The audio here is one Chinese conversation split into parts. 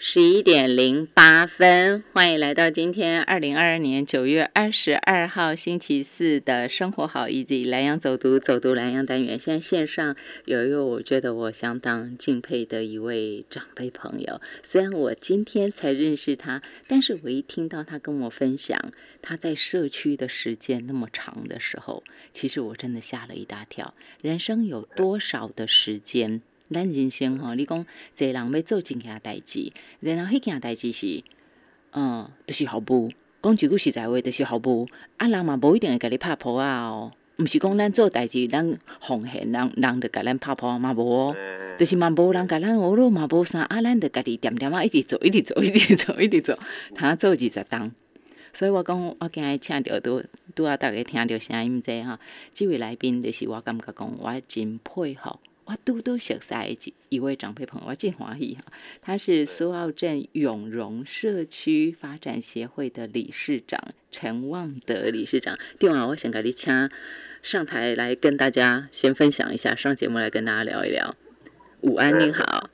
11:08，欢迎来到今天2022年9月22号星期四的生活好 easy 蓝洋走读蓝洋单元。现在线上有一位我觉得我相当敬佩的一位长辈朋友，虽然我今天才认识他，但是我一听到他跟我分享他在社区的时间那么长的时候，其实我真的吓了一大跳。人生有多少的时间？咱人生吼，你讲一个人要做一件代志，然后迄件代志是，就是服务。讲一句实在话，就是服务。啊，人嘛无一定会甲你拍扑啊哦，毋是讲咱做代志，咱奉献，人就甲咱拍扑嘛无哦。就是嘛无人甲咱学咯，嘛无啥啊，咱就家己点点啊，一直做，通做20档。所以我讲，我今日请到拄啊，大家听到声音这哈，这位来宾就是我感觉讲，我真佩服。我都熟悉一位长辈朋友，我真欢喜哈。他是苏澳镇永荣社区发展协会的理事长陈旺德理事长。另外，我想给你请上台来跟大家先分享一下，上节目来跟大家聊一聊。午安，您好。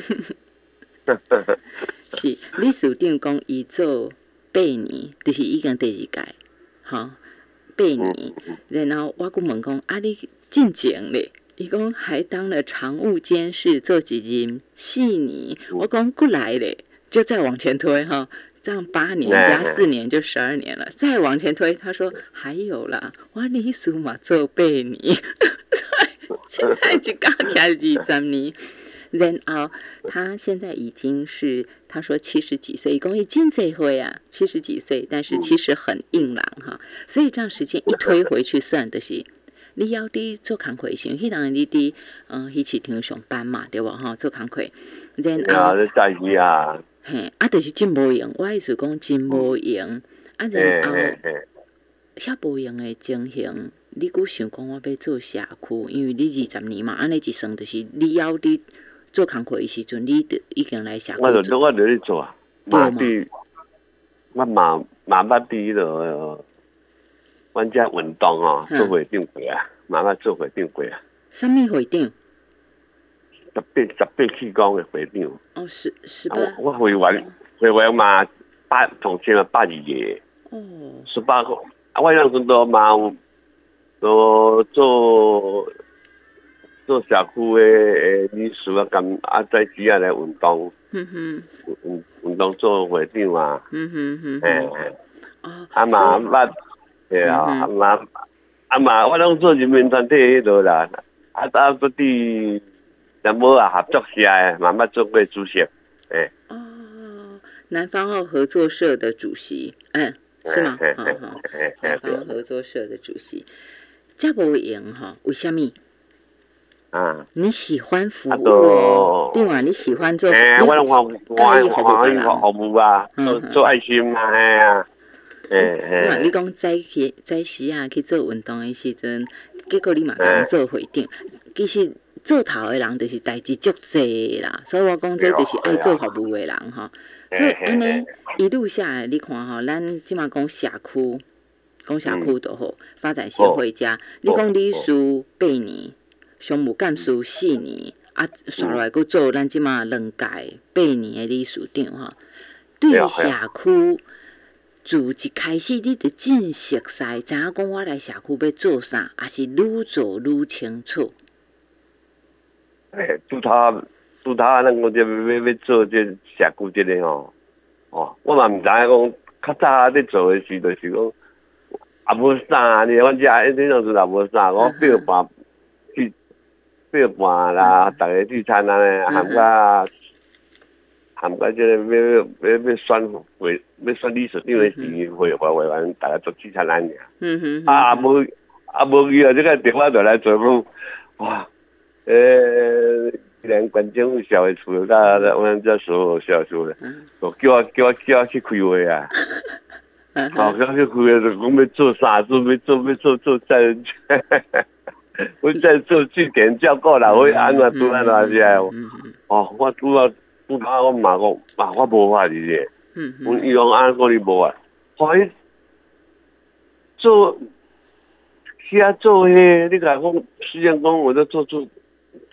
是理事长讲伊做8年，就是已经第2届，哈，8年。然后我问讲，啊，你进前咧？伊讲还当了常务监事，做几任4年。我讲过来嘞，就再往前推哈，这样8年加4年就12年了。再往前推，他说还有啦，我理事嘛做8年，现在就刚开20年。然后他现在已经是他说70几岁，讲已经这回啊70几岁，但是其实很硬朗哈。所以这样时间一推回去算的是。你要伫做工课时，迄当你伫迄市场上班嘛，对无吼？做工课，然后你在意啊？ 嘿，啊，就是真无用。我意思讲真无用。啊，然后遐无用的情形，你佫想讲我要做社区，因为你20年嘛，安尼一算就是你要伫做工课的时阵，你就已经来社区。 我咧做啊，嘛比我嘛捌比了。阮遮运动哦，做会长过啊，慢慢做会长过啊。 什么会长 ？18期工的会长。 哦，18。 我会员嘛同签嘛82个。哦。18个，啊，我那阵都嘛都做社区的理事啊，咁啊，在只啊来运动。运动做会长啊。哦。啊嘛捌。对啊，嘛，我拢做人民团体迄落啦，啊，搁伫南无啊合作社的，慢慢做过主席， 哦，南方澳合作社的主席，是吗？南方澳合作社的主席，这无用哈？为什么？你喜欢服务，对嘛？你喜欢做， 我拢欢喜服务啊，做爱心啊， 你讲早时啊去做运动的时阵，结果你嘛当做会长，其实做头的人就是代志足济啦，所以我讲这就是爱做服务的人哈。所以安尼一路下来，你看哈，咱即马讲社区就好，发展协会家，你讲理事8年，常务干事4年，啊，刷落来佫做咱即马2届8年的理事长哈，对于社区。自一开始，你就真熟悉，知影讲我来社区要做啥，还是愈做愈清楚。 拄头啊，咱讲要做这社区这个我嘛毋知影讲，较早咧做的时，就是讲也无啥呢，阮遮迄种事也无啥，我8半啦，逐个聚餐啊，含个这个要选理事长的时，会员大家做聚餐安尔。无去啊，这个电话就来做讲，哇，连关政府社会处甲阮这所有社处咧，就叫我去开会啊。叫我去开会就讲要做啥，做再，我再做据点照顾啦，我安怎做安怎些我拄头我嘛讲，我无法理解。伊讲安讲你无法，后来做迄，你甲讲，虽然讲我都做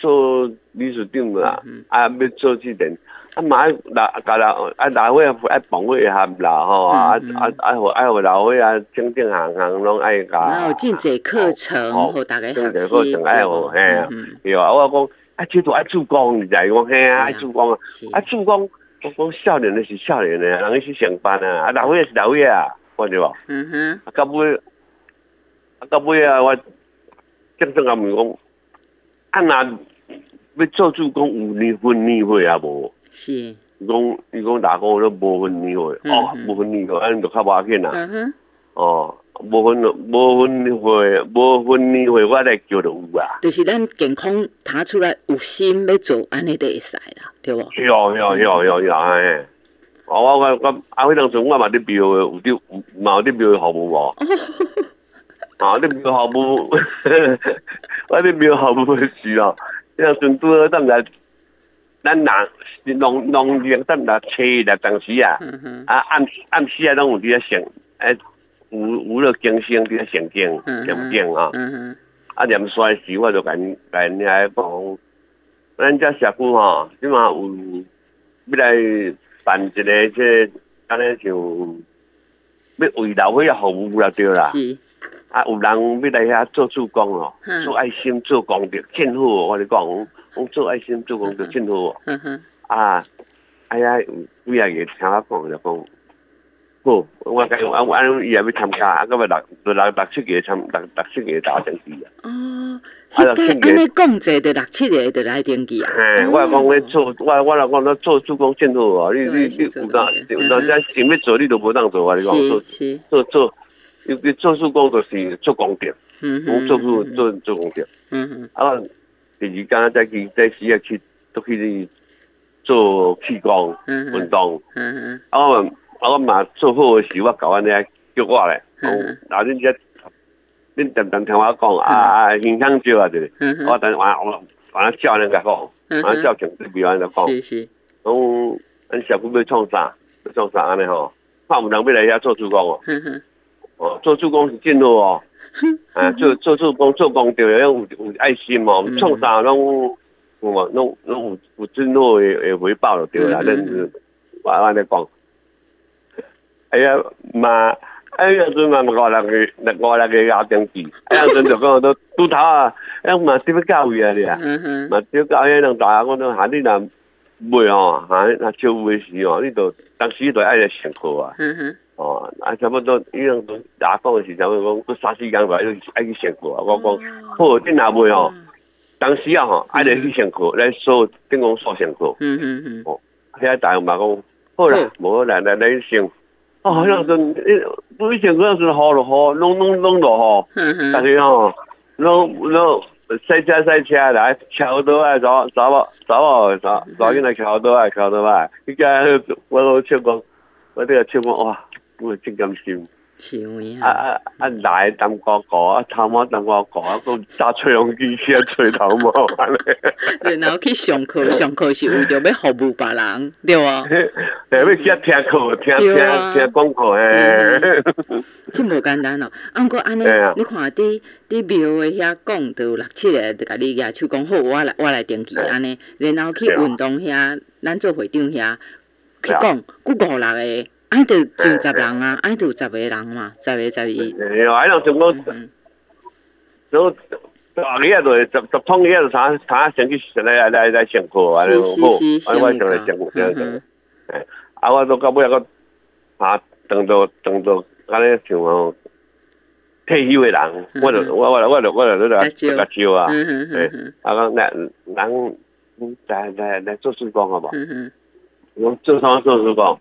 做理事长啦，要做这点，嘛老伙爱帮配合啦吼，老伙整行拢爱甲。 有进这课程，互大家学习。 课程爱有嘿，对啊，我讲这都爱助攻，你知？我嘿爱助攻助攻，我讲少年的是少年的，人去上班啊，老伙是老伙啊，看到无？到尾我正正问讲，若要做助攻有分年会啊无？ 是。伊讲大哥都无分年会，无分年会，安尼就较无要紧啦。无分年会，我来叫就有啊。 就是咱健康拿出来有心要做，安尼就会使啦，对无？ 有哎。我迄当阵我嘛伫庙有伫庙服务无？伫庙服务，我伫庙服务时哦，迄当阵拄好当来，咱农历当来初一啦，当时啊，暗时啊拢有伫咧上，有了经生伫咧上经念经啊，念衰时我就甲因遐讲，咱遮社区吼，即嘛有要来办一个这，安尼像要为老伙仔服务啦，对啦。 是。 有人要来遐做助攻哦，做爱心做功德，真好哦！我咧讲，我做爱心做功德真好哦。哎呀，几啊个听我讲就讲。好，我伊也要参加，咁啊六七个6-7个打登记啊。 安尼讲者就6-7个就来登记啊。 我讲咧做，我讲咧做助攻真好哦。你有当想要做，你都无当做啊！你讲做，你做助攻就是做功德，做功德。第二天再时啊都去做气功运动。我嘛做好的时，我教安尼叫我咧，讲，恁常听我讲影响少啊，就是，我等我教人甲讲，教强对比安尼讲，讲咱社区要创啥安尼吼，怕有人要来遐做助攻哦，做助攻是真好哦，做助攻做功德有爱心哦，创啥拢有真好的回报就对啦，咱我安尼讲。哎呀嘛，迄阵嘛5-6个咬登记，迄阵就讲都拄头啊，嘛点要教育啊你啊，嘛点教育人大家讲都你若买吼，若少有时哦，你就当时就爱来上课啊，差不多伊人都打讲的是差不多讲3-4天吧，爱去上课啊。我讲好，你若买吼，当时啊吼爱来去上课，来等讲所上课，遐大人嘛讲好啦，无来上。迄阵以前嗰阵时雨落雨，拢落雨，大家吼，拢赛车来，桥倒啊，走囡仔桥倒啊，伊家我唱讲，我这个唱讲哇，我真甘心。是有啊！来当哥哥，头毛当哥哥，佮打吹风机先吹头毛安尼。 然后去上课是为着要服务别人，对啊。 要去听课，听广告诶。 真无简单哦。毋过安尼，你看伫庙诶遐讲，就有6-7个，就甲你举手讲好，我来登记安尼，然后去运动遐，咱做会长遐去讲，佮5-6个。爱就上10人啊，爱就有10个人嘛，10个12。 哎呀，像讲，都大个啊，就10通个就查先去来上课啊，好，我上来上课。我到到尾个当到安尼像哦，退休的人，我就来甲招啊，讲人来做助攻好无？我做啥做助攻？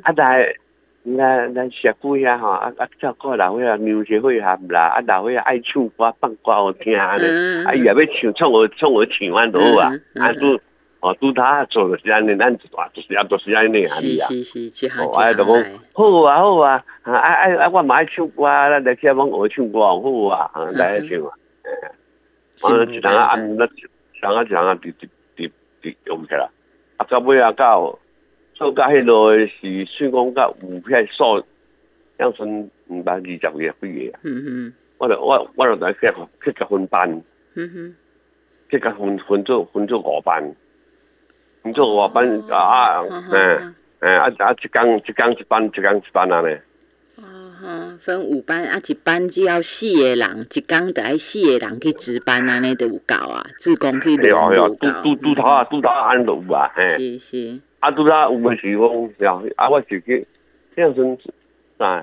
咱社区遐吼，照顾老伙仔music会合啦，老伙仔爱唱歌放歌好听安尼，伊也要唱创我唱完就好啊，拄他做就是安尼，咱就是安尼安尼啊。 是，这下就讲好啊，我嘛爱唱歌，咱来去帮学唱歌好啊，来唱啊。一人按那一人伫用起来，到尾到。做到迄落是算讲到有遐数，样剩520个几个啊。我就来去分班。 即个分做5班，分做5班一工一班安尼。 分5班啊，一班只要4个人，一工就爱4个人去值班安尼就有够啊，志工去轮有够。 拄头安就有啊， 是是。 啊，拄头有诶时讲，啊，我就去，迄阵啥？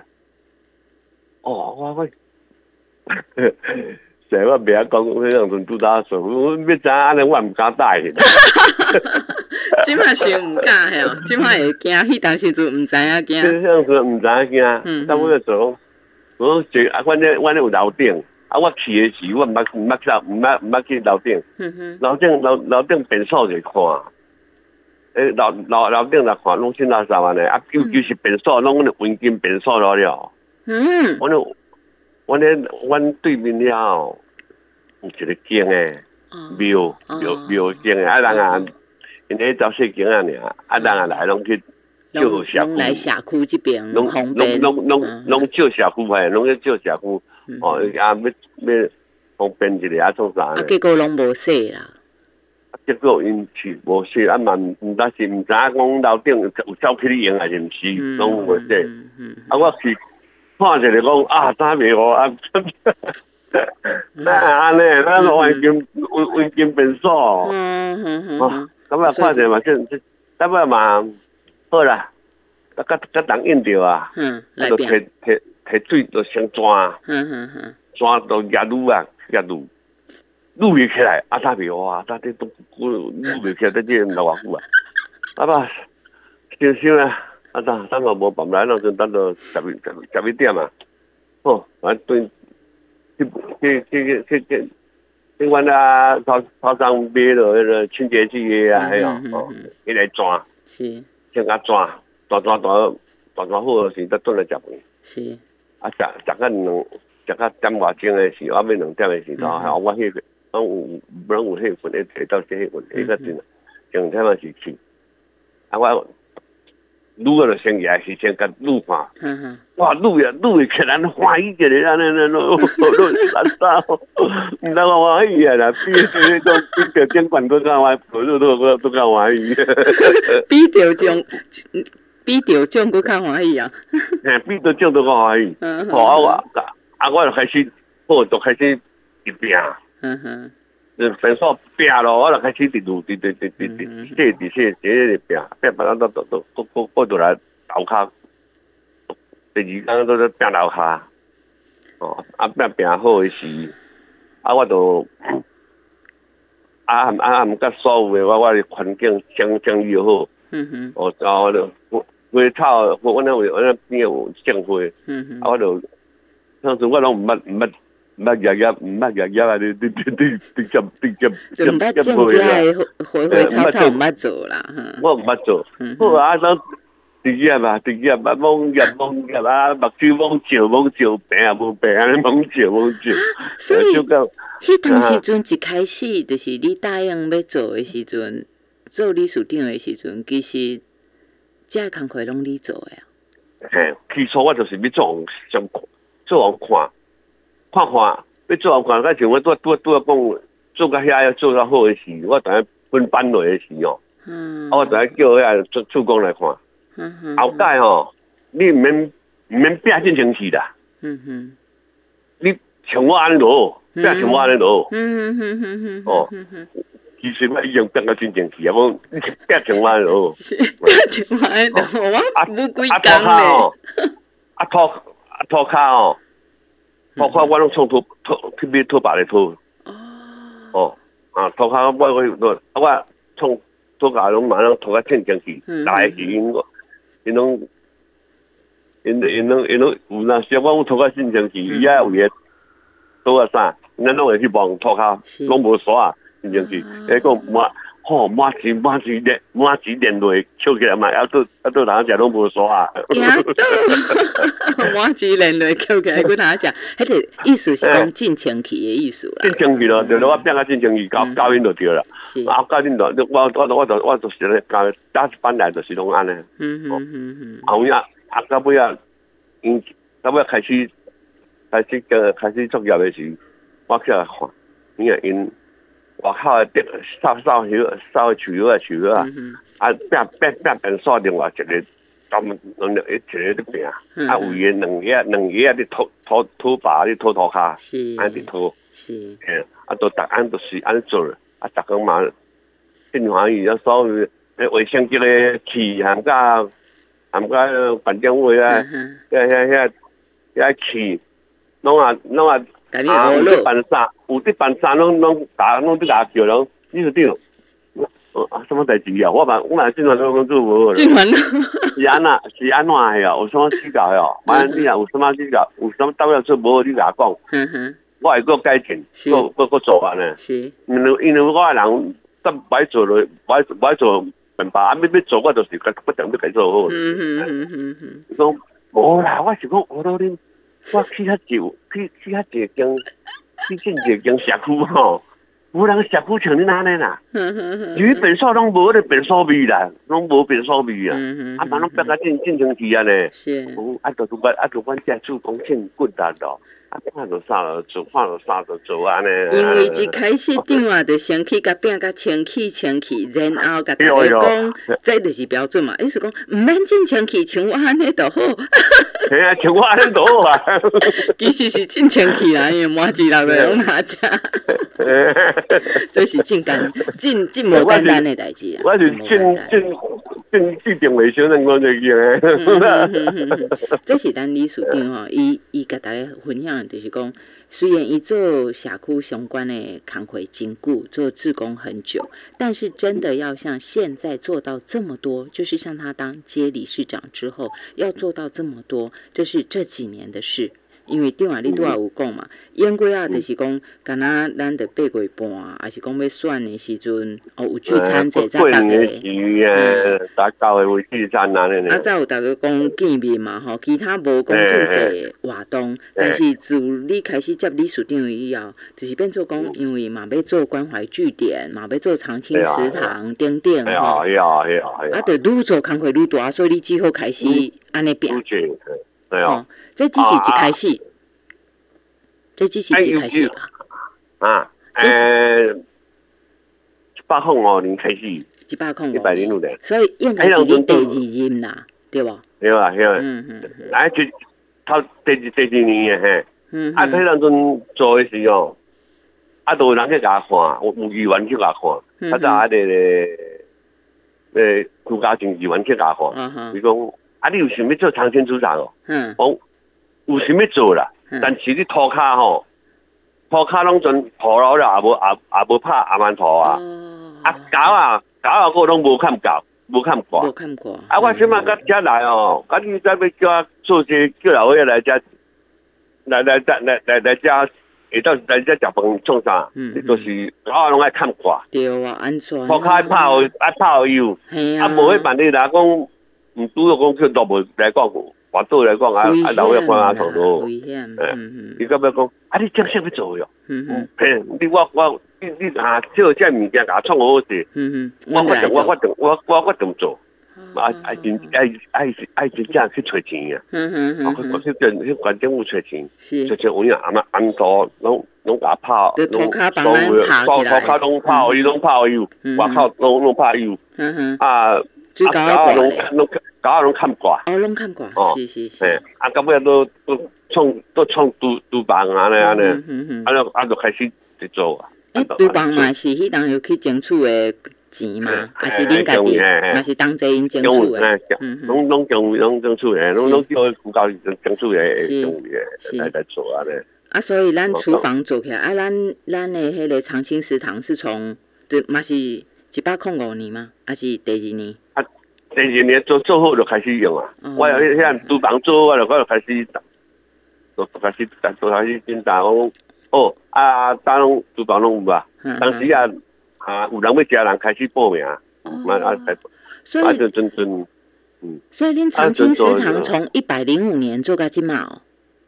我谁我袂晓讲，迄阵拄头做，我要知安尼我毋敢带去。 即摆是毋敢嘿哦，即摆会惊，迄当时阵毋知影惊。 迄阵时毋知影惊，但我要做，我坐啊，阮咧有楼顶，啊，我去诶时我毋捌去楼顶，楼顶便所就看，楼顶来看，拢新垃圾安尼，啊，尤其是便所，拢黄金便所了。阮对面了，有一个景诶，庙景诶，啊人啊，因咧走细景啊尔，啊人啊来拢去照社区， 来社区这边， 拢照社区嘿，拢去照社区，哦，啊要方便一下啊，做啥呢？ 结果拢无说啦。 结果因去无说，啊嘛毋但是毋知影讲楼顶有走去用还是毋是，拢无说。啊，我去。看一个讲啊，打袂好啊！那安尼，咱黄金便所，感觉看者嘛，感觉嘛好啦，甲人应着啊，就摕水就先抓，抓到压路啊，撸袂起来，啊打袂好啊，打这都撸袂起来，这老偌久啊，啊吧，想啊。啊，等下无办法，咱就等到11点啊。哦，反正去阮啊超商买落迄个清洁剂啊，迄哦，伊来抓， 是， 先甲抓好时，再转来食饭。 是。 啊，食到点外钟的时候，啊，要2点的时候，我迄个拢有迄份，一摕到这迄份，迄个真啊，2点嘛是去，啊我。撸了先也是先甲撸看，哇撸会起来，欢喜一个安尼，难道毋知我欢喜啊啦？比着监管都较欢喜，都较欢喜。 比着奖佫较欢喜啊！ 比着奖都较欢喜。我就开始，就开始一拼。便所拼咯，我就开始伫拼到过倒来楼骹，第2天都在拼楼骹，哦，啊拼好诶时，啊我就毋甲所有诶我的环境整理好，哦，然后就花草，我那边有种花，啊我就，当时我拢毋捌日啊！你就毋捌种遮个花草毋捌做啦， 我毋捌做，好啊，咱直接啊，猛叶啊，目睭猛照，病也无病，安尼猛照。 所以，迄当时阵一开始就是你答应要做的时阵，做理事长的时阵，其实遮工课拢你做的啊。 嘿，起初我就是要做人看。看，要做看，甲像我拄讲，做到遐做到好诶时，我等下分班落诶时哦，我等下叫遐主工来看。后摆吼，你毋免拼进前去啦。你像我安尼落，拼像我安尼落。哦，其实我已经拼到真前去啊，我拼像我安尼落。 拼像我安尼落，我无几工咧。 涂骹哦。涂骹我拢创涂买拖把来涂。哦，涂骹我创涂骹拢马上涂较正经去，来是因拢有那些我涂较正经去，伊遐有诶做啊啥，咱拢会去帮涂骹，拢无刷啊正经去，迄个满钱连落捡起来嘛，啊倒人食拢无刷啊。 满钱连落捡起来，佫人食，迄个意思是讲进前期的意思啦。 进前期咯，就是我变啊进前期教因就对啦。啊，教因就我就是咧教，打一班来就是拢安尼。后尾到尾开始作业的时，我起来看，因外口的扫树叶啊，变煞另外一个，专门一个伫边啊，有伊两个咧拖把咧拖涂骹，安尼拖，都逐安都是安尼做，逐工嘛，真欢喜啊！所有卫生局的气含甲办电会啊，遐气，拢啊，有咧办啥，拢伫甲叫人，你说对。什么代志啊？我嘛正常拢做无啦。是安怎的哦？有什么指教哦？万一你有什么指教，有什么到要做无，你甲我讲，我会搁改进，搁做安尼。是。因为我个人不爱做了，不爱做办法，要做我就是不定要改做好。讲无啦，我是讲我到恁，我去遐间社区吼。无人社区像恁安尼啦，连便所拢无咧便所味啦，拢无便所味啊，嘛拢变甲正常去安尼。是，就阮遮做工真骨力咯，看到啥就做安尼。 因为一开始顶啊，就先去甲变甲清气，然后甲大家讲，这就是标准嘛。意思讲，毋免真清气，像我安尼就好。 嘿啊，像我安尼就好啊。 其实是真清气啦，因为麻糍六个拢拿食。这是真无简单的代志啊！ 我是真制定卫生人讲就个。 这是咱理事长吼，伊甲大家分享，就是讲，虽然伊做社区相关的工作真久，做志工很久，但是真的要像现在做到这么多，就是像他当接理事长之后，要做到这么多，这是这几年的事。因为顶下你拄也有讲嘛，演过啊，就是讲，敢若咱得8月半，还是讲要选的时阵，有聚餐者才大家。 达9月为聚餐安尼。 才有大家讲见面嘛吼，其他无讲真济活动，但是自你开始接理事长以后，就是变做讲，因为嘛要做关怀据点，嘛要做长青食堂等等吼。就愈做工课愈大，所以你只好开始安尼变。哦，这只是一开始，这只是一开始吧。 105年开始，105年， 所以应该是你第2任啦，对无？ 对啊。就头第2年的嘿。迄阵阵做的时候，都有人去甲我看，有议员去甲我看，早邱家靖议员去甲我看，伊讲。你有想要做长青组长哦？讲有想要做啦，但是你涂骹吼，涂骹拢全涂了也无拍阿曼涂啊。狗个拢无看狗，无看过。我即摆甲遮来哦，你再要叫我做些叫老伙来遮，来遮。会到来遮食饭创啥？就是狗拢爱看过。 对啊，安怎？ 涂骹爱泡油，无迄办理啦讲。唔拄到讲叫都无来讲，话倒来讲老伙看阿头咯。危险。伊到尾讲，你正式要做哟。你你做这物件甲创好势。我决定做。真正去找钱啊。我去管政府找钱，找钱有影安多，拢甲泡， 涂骹帮咱拍起来。 涂骹拢泡油，外口拢泡油。 最高狗拢看挂， 拢看挂，是。 到尾都创厨房安尼，就开始在做啊。 厨房嘛是迄当有去争取的钱嘛，还是恁家己，嘛是当地因争取的。 拢争取的，拢叫古教争取的来做安尼。 所以咱厨房做起来，咱的迄个长青食堂是从，嘛是105年吗？还是第2年？ 第2年做好就开始用啊！我有遐厨房做，我就开始检查讲，当拢厨房拢有啊。当时有人要食人开始报名，所以所以恁长青食堂从105年做到今嘛哦。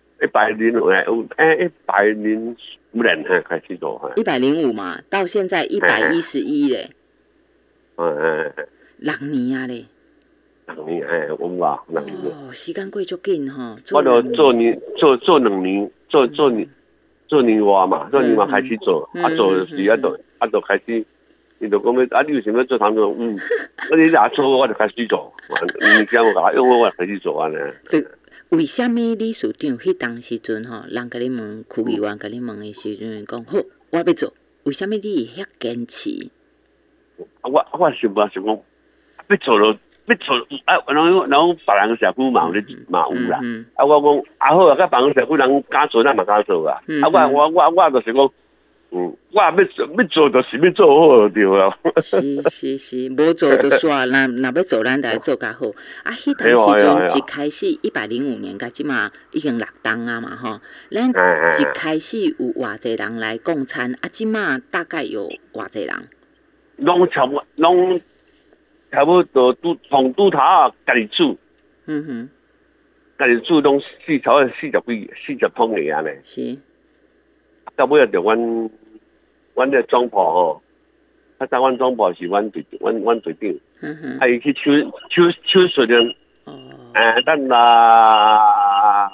105年开始做。 105嘛，到现在111嘞。6年啊咧。 6年我话6年。 时间过足紧吼。 我就做2年，做2年，做2年外嘛，做2年外开始做，做时就开始，伊就讲要你有想要做厂长，我你哪做我就开始做，你叫我甲用我就开始做安尼。 为什么理事长迄当时阵吼，人甲你问，区议员甲你问的时阵讲好，我要做，为什么你会遐坚持？ 我想讲，要做咯，然后别人社区嘛有啦，我讲好啊，甲别人社区人敢做，咱嘛敢做啊，我就是讲。我要做就是要做好就对啊。 是，无做就煞，若要做，咱就要做较好。啊，迄当时阵一开始105年，甲即嘛已经6档啊嘛吼。咱一开始有偌济人来共餐，啊，即嘛大概有偌济人？ 拢差不多从拄头啊，家己煮。家己煮拢40桶个安尼。 是。 到尾就阮个庄婆吼，早阮庄婆是阮队长，伊去抽水的，等啦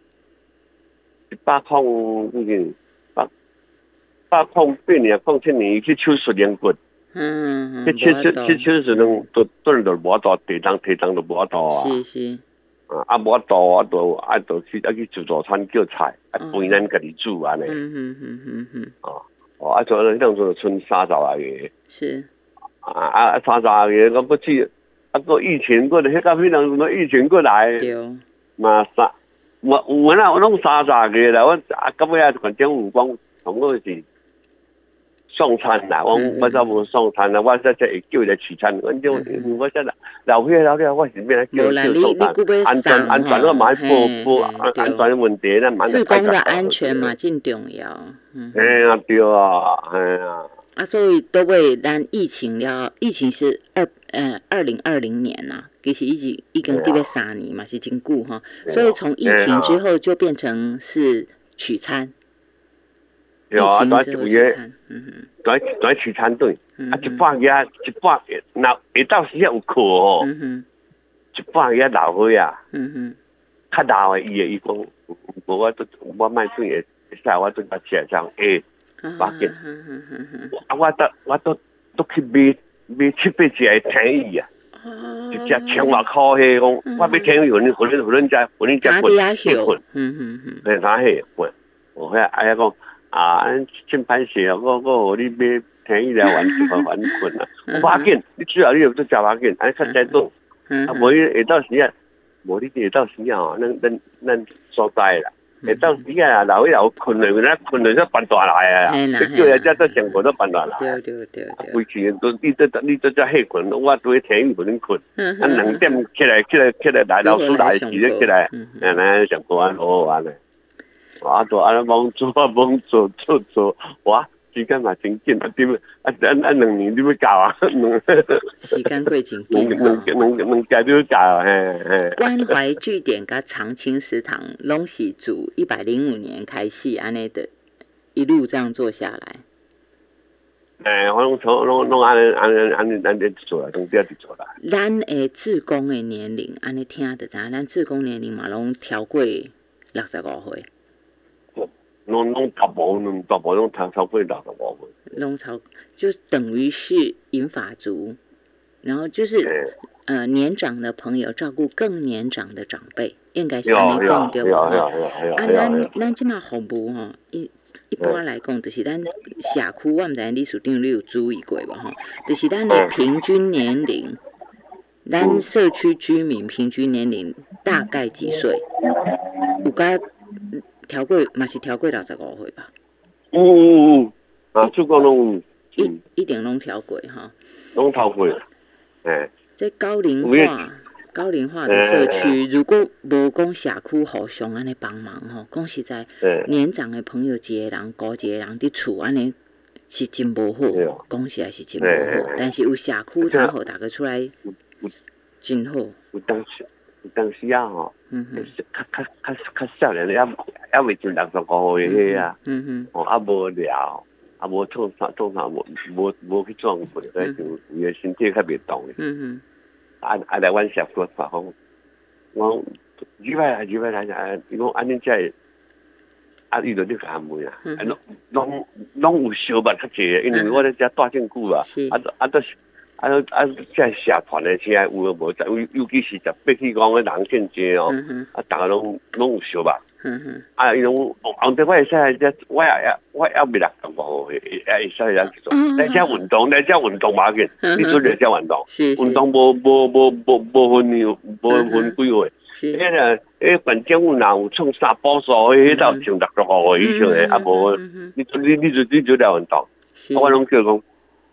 100桶附近，100桶8年7年，伊去抽水莲骨，去抽水莲炖就无大，提档就无大啊。 是。 无大就去自助餐叫菜，陪咱家己煮安尼。做迄当做剩30个。 是。 30个，搁去，搁疫情过来，迄到迄当什么疫情过来。 对。 嘛我拢30个啦，我到尾就跟政府讲，同我是送餐啦，我则无送餐啦，我则会叫伊来取餐，我则老岁我是免来叫送餐，安全我嘛要保安全问题，咱嘛志工的安全嘛真重要。 对啊。 啊，所以到尾咱疫情是2020年呐，其实已经得要3年嘛，是真久哈。所以从疫情之后就变成是取餐。 对啊，在1月，在取餐队，100个，那下到时有课哦，100个老岁啊，较老的伊讲，我卖转会使，我转甲车上把紧，我都去买7、8只的天椅啊，一只1000外块迄讲，我要天椅，互恁家困，哪岁困？我遐讲。真歹势啊！我互你买天椅来玩困啊！我把紧，你最后你有做加把紧，安尼较在动。无伊下到时啊，无你下到时啊吼，咱所在啦。下到时啊，老有困了，咱困了才搬大来啊！你叫人家做生活都搬大来。 对。 规气都你都遮歇困，我对天椅互恁困。2点起来来老师来时咧起来，安尼上课安好安尼。就安尼忙做，哇！时间嘛真紧，点2年你要教啊？ 时间过真紧。 两届你要教啊？ 关怀据点甲长青食堂拢是自105年开始，安尼的，一路这样做下来。 我拢安尼做啦，拢这做啦。 咱的志工的年龄，安尼听就知影，咱志工年龄嘛拢超过65岁。 拢大部拢超过65岁。 拢超，就等于是银发族，然后就是年长的朋友照顾更年长的长辈，应该是安尼讲对无？咱即马服务吼，一般来讲，就是咱社区，我毋知理事长你有注意过无吼？就是咱的平均年龄，咱社区居民平均年龄大概几岁？有甲超过嘛是超过65岁吧？ 主讲拢一定拢超过哈。 拢超过， 这高龄化的社区，如果无讲社区互相安尼帮忙吼，讲实在，年长的朋友一个人顾一个人伫厝安尼是真无好，讲实在是真无好。但是有社区，他互大家出来真好。 有当时啊吼，较少年也未尽65岁啊，无聊，无创啥，无去壮过，所以就伊个身体较袂动的。来阮社区发讲，我入来，伊讲安尼才会， 伊就咧甲问啊，拢有小捌较济，因为我咧遮住真久啊，这社团的现在有无？尤其是18去讲的人真济哦，大家拢有小捌。伊拢红得我会使我也未来15岁，会使来做。来遮运动嘛紧，你做来遮运动，运动无分几岁。反正有若有创啥补助，迄到上65岁以上的，无你就来运动。我拢叫讲。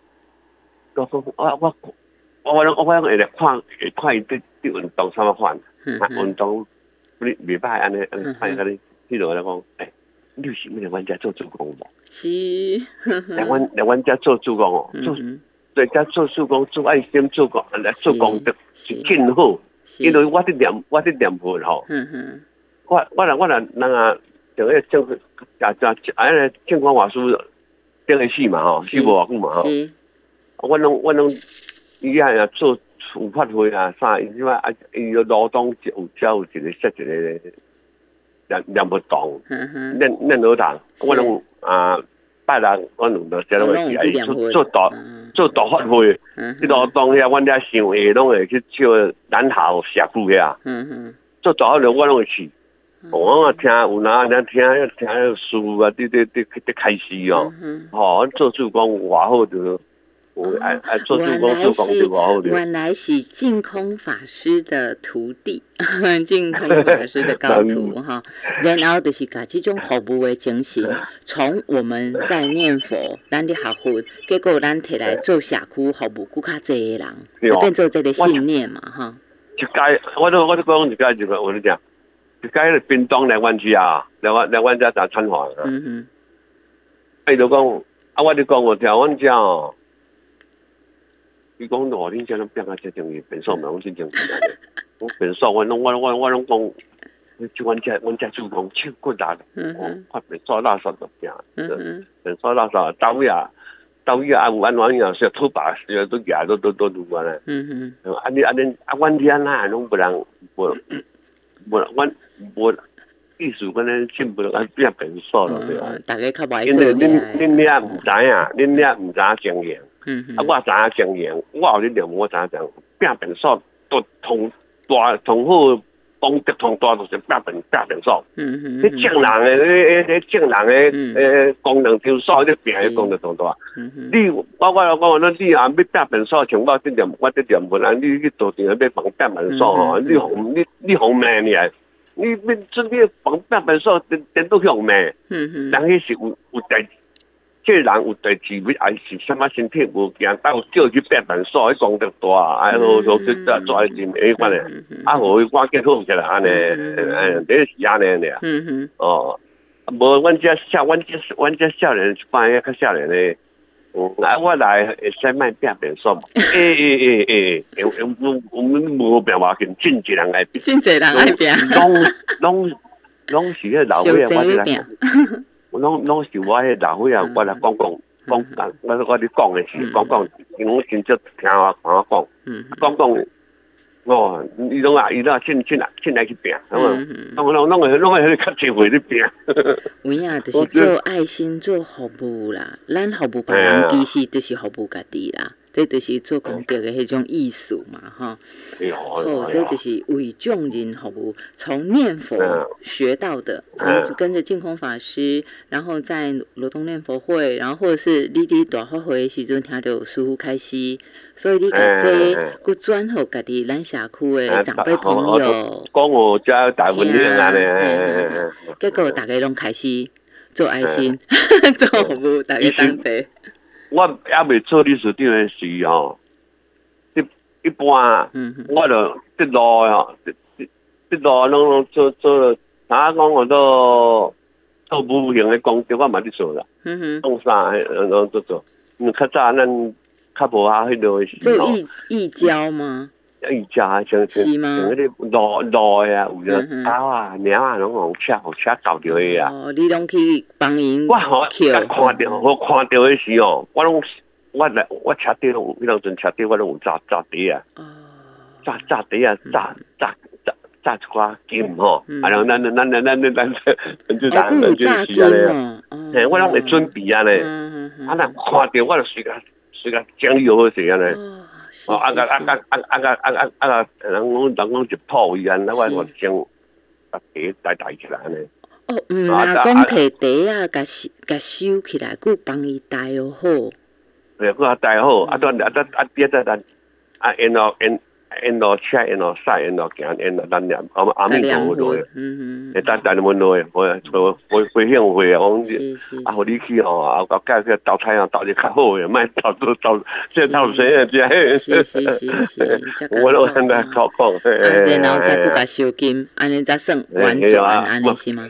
我拢会来看伊对运动啥物款，运动你袂歹安尼看甲你，迄落来讲，你是要来阮遮做主公无？ 是， 来阮遮做主公哦，在遮做主公做爱心做功来做功德是真好，因为我伫念佛吼，我若人啊，就个正正光法师顶个死嘛吼，死无偌久嘛吼。我拢伊啊做有法会啊啥，伊即摆伊劳动有一个设一个念佛堂，念学堂，我拢拜六我两到这拢会去做大法会，迄劳动遐阮遮上下拢会去唱南校社区遐，做大法会我拢会去。我听有哪听师傅啊，伫开示哦，吼，做主讲偌好就。 原来是净空法师的徒弟，净空法师的高徒哈。然后就是把这种服务的精神，从我们在念佛，咱的学佛，结果咱摕来做社区服务，更较济的人，就变做这个信念嘛哈。 一届，我都讲一届我跟你讲，一届屏东来阮家，来阮家打参访啊。伊就讲，我就讲我听阮家哦。伊讲哦，恁遮拢变啊，遮正义，变数嘛，阮真正是安尼。我变数，我拢讲，就阮遮主讲手骨力，看变数垃圾就变，变数垃圾到尾啊有安怎样，说土白事都举都如安尼。阮遮哪拢无人无意思，可能进步了，变变数了对啊。 大家较歹做。 因为恁遐唔知影，恁遐唔知经验。我知影经验，我后日念我知影变数都同好功德同大就是变数。你正人的正人的功能超少，你变的功能同大。你我讲你啊要变数，像我这念佛啊，你去做定要变数吼，你方面你这你变数颠倒向面，人迄是有代。这人有代志，还是什么身体无健，到叫去变数，迄功德大，做人诶款诶，我结好起来安尼，这是安尼尔。哦，无阮遮少年一般较少年诶，我来会使卖变数。我们无变话，真济人爱变。 真济人爱变。 拢是迄老岁仔我来。拢是我迄老岁仔，我来讲，我咧讲的是讲，因为真少听我讲，哦，伊拢进来去拼，拢会较济回去拼。 有影就是做爱心做服务啦，咱服务别人其实就是服务家己啦。这就是做功德的迄种艺术嘛，哈。这就是为众人服务，从念佛学到的，从跟着净空法师，然后在罗东念佛会，然后或者是你伫大法会的时阵听到师父开示，所以你把这佮转互家己咱社区的长辈朋友， 讲我遮大分量安尼， 结果大家拢开始做爱心，做服务，大家同齐。 我还未做理事长的时吼，一般我就这路吼，这路拢做，哪讲我都做无形的工作，我嘛咧做啦。弄啥做，较早咱较无迄落的时候。 做义交吗？ 义交像嗰啲路的啊，有个狗啊、猫啊，拢用车搞着的啊。 哦，你拢去帮因我看到的时候，我车底拢，迄阵车底我拢有炸茶啊。炸茶啊， 炸一寡金吼，然后咱就咱炸金哦， 我拢会准备啊咧，啊那看到我就随甲奖励好势啊咧，人讲一泡伊安，我先把茶带起来安尼。 讲摕茶啊，甲收起来，佮帮伊带好。 对，佮带好，别再沿路车，沿路驶，沿路行，沿路咱念阿弥陀佛落去，咱问落去，回向会啊，讲互你去吼，啊，介绍投胎啊，投得较好诶，莫这投谁啊？ 是， 我都安尼考讲， 然后再佮甲收金，安尼才算完整，安尼是吗？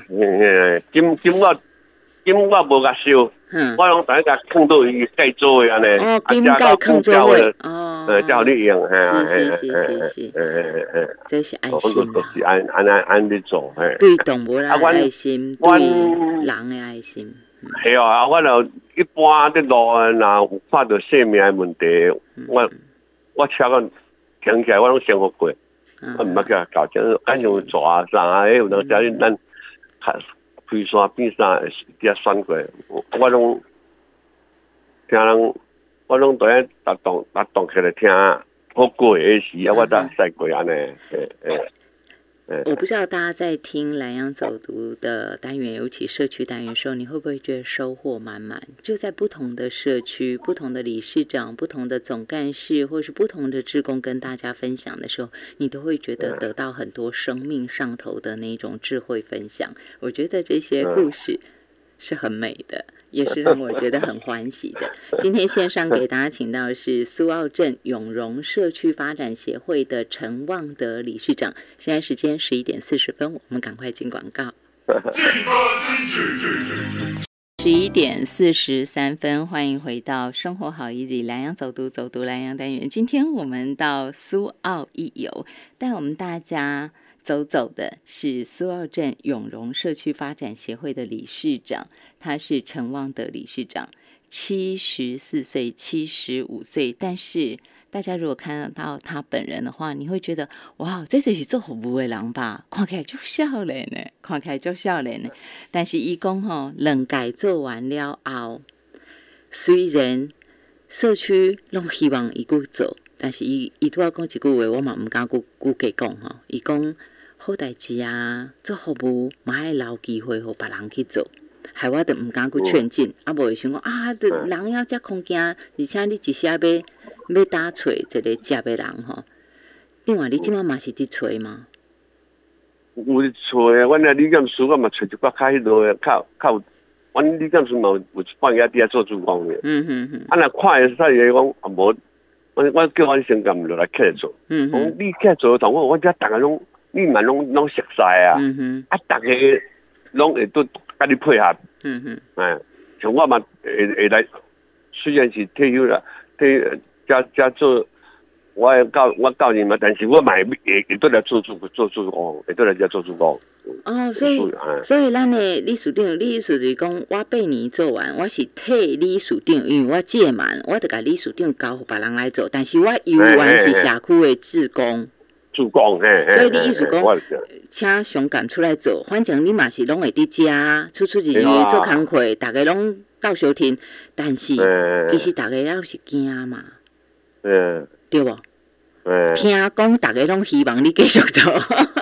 金我无甲收。我拢等甲放到伊盖做诶安尼， 金盖放做位， 叫你用， 是，这是爱心都是安尼做， 对动物的爱心，对人的爱心。 系啊，我就一般伫路若有看到生命的问题，我车个停起来，我拢先学过，我毋捌去搞这，咱用抓啥啊？有当时咱开山变啥，伫遐选过，我拢听人，我拢在搭档起来听，好过的时啊，我才赛过安尼， 我不知道大家在听蓝洋走读的单元，尤其社区单元的时候，你会不会觉得收获满满？就在不同的社区、不同的理事长、不同的总干事，或是不同的志工跟大家分享的时候，你都会觉得得到很多生命上头的那种智慧分享。我觉得这些故事是很美的，也是让我觉得很欢喜的。今天线上给大家请到的是苏澳镇永荣社区发展协会的陈旺德理事长。现在时间11:40，我们赶快进广告。11:43，欢迎回到生活好easy蓝洋走读蓝洋单元。今天我们到苏澳一游，带我们大家走的是苏澳镇永荣社区发展协会的理事长，他是陈旺德理事长，74岁、75岁，但是大家如果看到他本人的话，你会觉得哇，这就是做服务的人吧？看起来就少年呢，但是他说2届做完了后，虽然社区拢希望他继续做，但是他拄仔讲一句话，我嘛唔敢久加讲吼。他讲好代志啊，做服务嘛爱留机会互别人去做。害我就唔敢去劝进，无会想讲人要遮空间，而且你一时要打找一个接的人吼。另外，你即马嘛是伫找吗？ 有找啊，阮啊理监事我嘛找一寡较迄落较有，阮理监事嘛有一半夜伫遐做主工的。若看会使个讲无，我叫阮先干落来起来做。讲你起来做同我遮逐个拢，你嘛拢熟悉啊。逐个拢会都甲你配合。像我嘛会来，虽然是退休啦，加做，我教你嘛，但是我嘛会倒来做主工，会倒来遮做主工。 所以咱的理事长，你意思是讲，我8年做完，我是替理事长，因为我届满，我就甲理事长交互别人来做，但是我游玩是社区的志工。 主工，所以你意思讲，请上干出来做，反正你嘛是拢会伫遮出入入做工课，大家拢到收听，但是其实大家也是惊嘛，对无？听讲大家拢希望你继续做，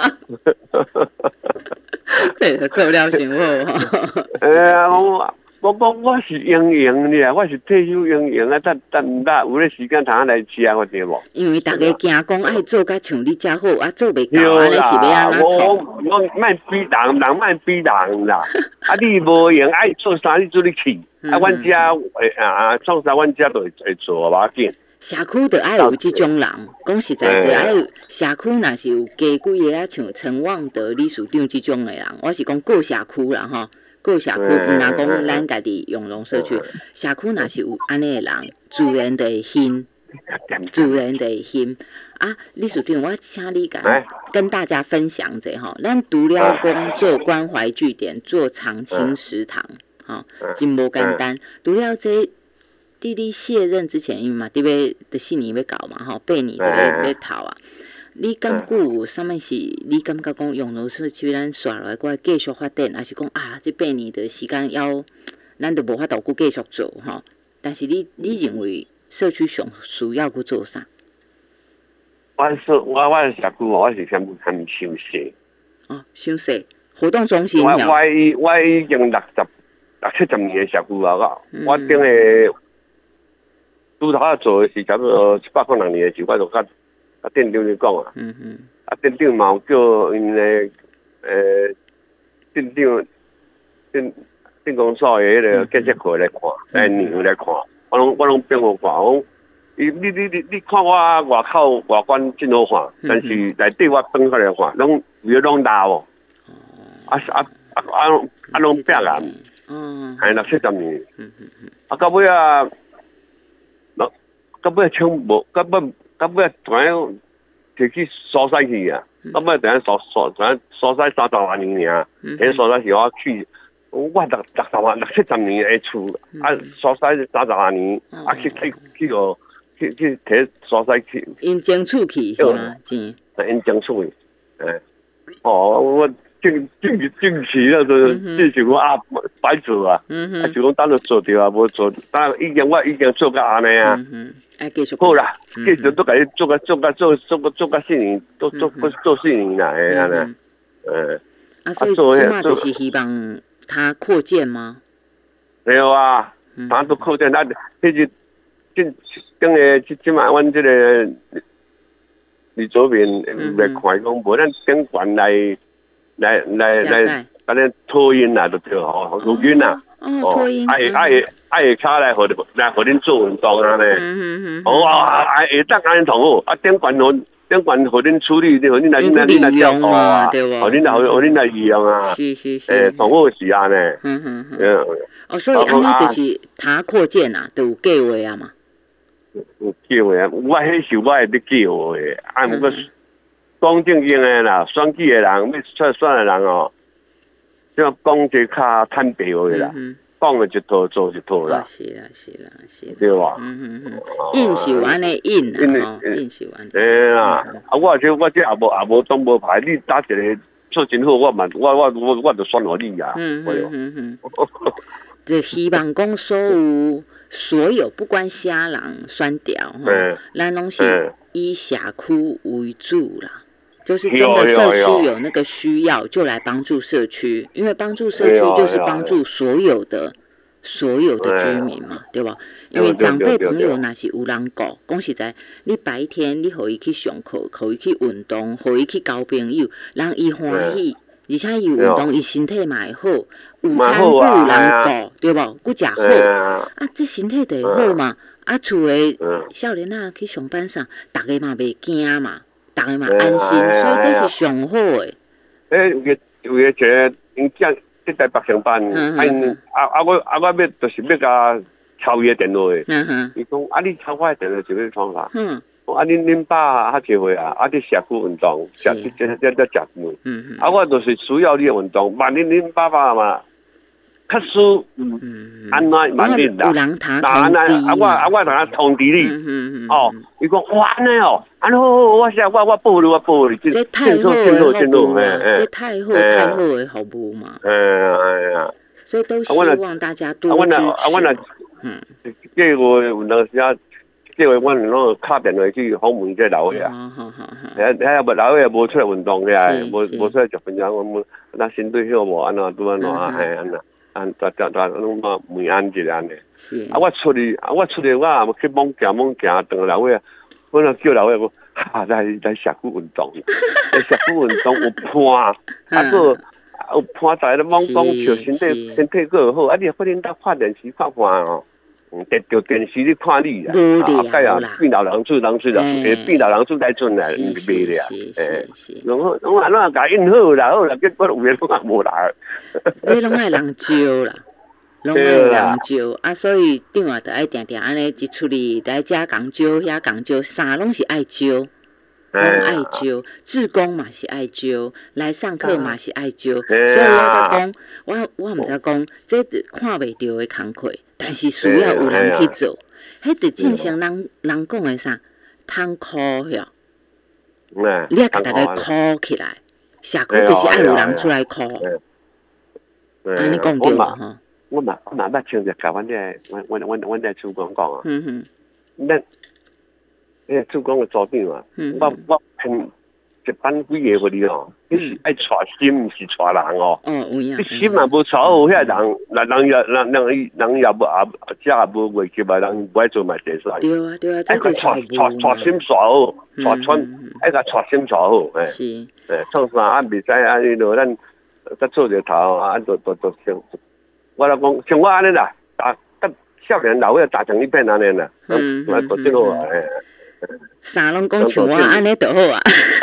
这个做了真好。 我是营的，我是退休营啊，但有咧时间通来吃我对无？ 因为大家惊讲爱做甲像你遮好，啊做袂到，安尼是要安怎做？ 我莫逼人莫逼人啦。你无用爱做啥，你做你去。阮遮创啥，阮遮都会做，无要紧。 社区就爱有这种人，讲实在就爱有社区，若是有加几个像陈旺德理事长这种的人，我是讲各社区啦吼。各社区，毋若讲咱家己永荣社区，社区若是有安尼的人，自然就会兴。理事长，我请你跟大家分享一下吼，咱除了讲做关怀据点、做长青食堂，真无简单。除了这，你卸任之前，因为嘛，伫要4年要搞嘛，吼，8年就要投啊。 你感觉有啥物是你感觉讲用老师去咱刷落来，我继续发展，还是讲啊，这8年的时间要，咱就无法度继续做吼？但是你认为社区上需要去做啥？ 我社区我是嫌伤细。 哦，伤细，活动中心。 我已经60-70年的社区啊，我顶个拄头做的是差不多700块人年的时，我就甲店长咧讲啊。店长嘛有叫因的店公所的迄个建设会来看，来年来看，我拢变互看，讲你看我外口外观真好看，但是内底我翻开来看，拢大哦。拢壁啊，还60-70年。到尾啊，到尾抢无，到尾突然摕去所在去啊，到尾突然所在30万年尔，迄所在是我去。我60-70年的厝，所在30万年，去摕所在去。 因争取去是吗？钱。 因争取去，我近期了，就是我摆做啊，就讲等下做掉啊，无做，我已经做到安尼啊。 继续。 好啦，继续都甲你做到4年，做4年啦，安尼。 所以即马就是希望他扩建吗？ 没有啊，他都扩建，迄是等下即马阮这个李左边来看讲，无咱顶管来，甲咱托运啦，就对吼，录音啦。 托运。 会卡来互恁做运动啊咧。会当安尼同好，顶管互恁处理，互恁来照顾啊，互恁来利用啊。 是。 同好是安尼。 所以安尼就是他扩建啊，都有计划啊嘛。 有计划啊，我迄是我会要计划的，毋过讲正经的啦，选举的人要选的人哦，即讲一较坦白的啦，讲了一套做一套啦。 是啦， 对吧？ 印是有安尼印啦，印是有安尼。 啦，我这也无当无牌，你打一个做真好，我就选互你啊。 就希望讲所有不管啥人选调咱拢是以社区为主啦。就是真的社区有那个需要，就来帮助社区，因为帮助社区就是帮助所有的居民嘛，对吧？因为长辈朋友若是有人讲实在，你白天你互伊去上课，互伊去运动，互伊去交朋友，让伊欢喜，而且伊运动，伊身体嘛会好，有餐具有人顾，对不？佫食好，这身体就会好嘛。厝诶少年仔去上班上，逐个嘛袂惊嘛。大家嘛安心，所以这是上好的。 有个一个因这台北上班，我要就是要甲抄伊的电话的。伊讲你抄我的电话是咩方法？恁爸较侪岁啊，你社区运动，这食饭。我就是需要你的运动，万一恁爸爸嘛。较输，安怎万一啦？我同他通知你。伊讲哇安尼哦，安好，我报你。 这太好的服务嘛，这太好的服务嘛。所以都希望大家多支持。 这个有当时啊，这个我拢打电话去访问这老爷啊。遐老爷无出来运动嘅，无出来10分钟，我那身体好无安怎拄安怎安那。拢嘛问安一安尼。我出去，我也无去猛行，等老尾，我若叫老尾讲，来社区运动，社区运动有伴，有伴在咧猛讲笑，身体个好，你可能看电视看哦。得着电视你看你啦，变老人厝啦，变老人厝来阵啦，袂啦，拢安怎甲印好啦，结果有诶拢也无来。 你拢爱人招啦，拢爱人招所以顶下就爱定定安尼一出去来遮共招，遐共招，啥拢是爱招。拢爱招，志工嘛是爱招，来上课嘛是爱招，所以我才讲，我毋知讲，这看袂到的工课，但是需要有人去做，迄就正像人讲的啥，通苦哟， 你要给大家哭起来，社区就是爱有人出来哭。安尼讲对嘛吼？ 我嘛捌听着甲阮这主管讲啊。咱主管个组长啊，我骗一班几个互你哦，你是爱带心，毋是带人哦。 有影。 你心嘛无带好，遐人也无只也无话及啊，人不爱做嘛第三。 对啊， 爱甲带心带好，爱甲带心带好。 是。 创啥啊？袂使安尼咯，咱再做着头啊，都像我来讲，像我安尼啦，少年老尾打成一片安尼啦。来做这个啥拢讲像我安尼就好啊。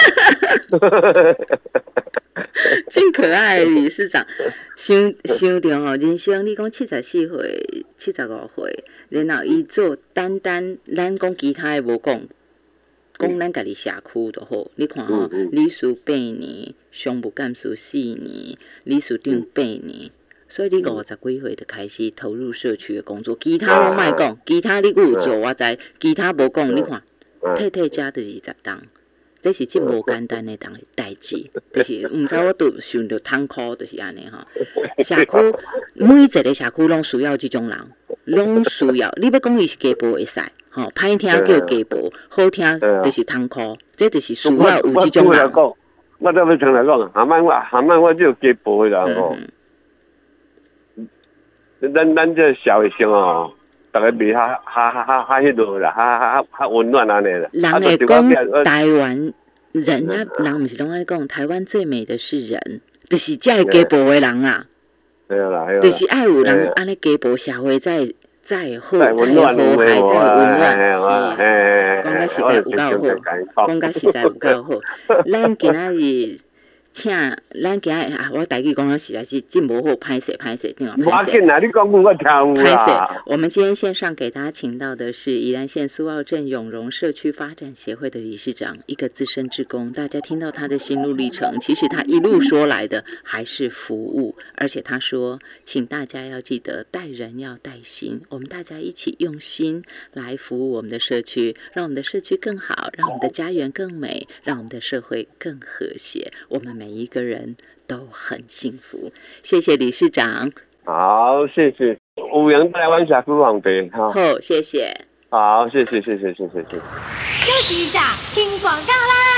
真可爱的理事长，想着吼，人生你讲74岁、75岁，然后伊做单咱讲其他的无讲。讲咱家己社区就好，你看吼，理事8年，常务干事4年，理事长8年，所以你50几岁就开始投入社区的工作，其他拢莫讲，其他你有做我知，其他无讲，你看，退家就20档，这是真无简单的代志，就是毋知我都想着痛苦，就是安尼吼。社区每一个社区拢需要这种人，拢需要。你要讲伊是家暴会使。歹听叫家暴，好听就是痛苦，这就是需要有这种人。 我都要听来讲，下摆我就家暴的人哦。咱这社会上哦，大家袂哈迄落啦，哈温暖安尼啦。 人会讲台湾人啊，人毋是拢爱讲台湾最美的是人，就是才会家暴的人啊。 对啦， 就是爱有人安尼家暴，社会再好，再和谐，再温暖，是，讲甲实在有够好，讲甲实在有够好。咱今仔日咱今日我台语讲到实在是真无好，歹势，对吗？ 歹势。你讲我听有啦。 我们今天线上给大家请到的是宜兰县苏澳镇永荣社区发展协会的理事长，一个资深志工。大家听到他的心路历程，其实他一路说来的还是服务，而且他说，请大家要记得带人要带心，我们大家一起用心来服务我们的社区，让我们的社区更好，让我们的家园更美，让我们的社会更和谐，我们每一个人都很幸福。谢谢理事长。 好，谢谢。有缘台湾社区皇帝， 好，谢谢。 好，谢谢。 休息一下，听广告啦。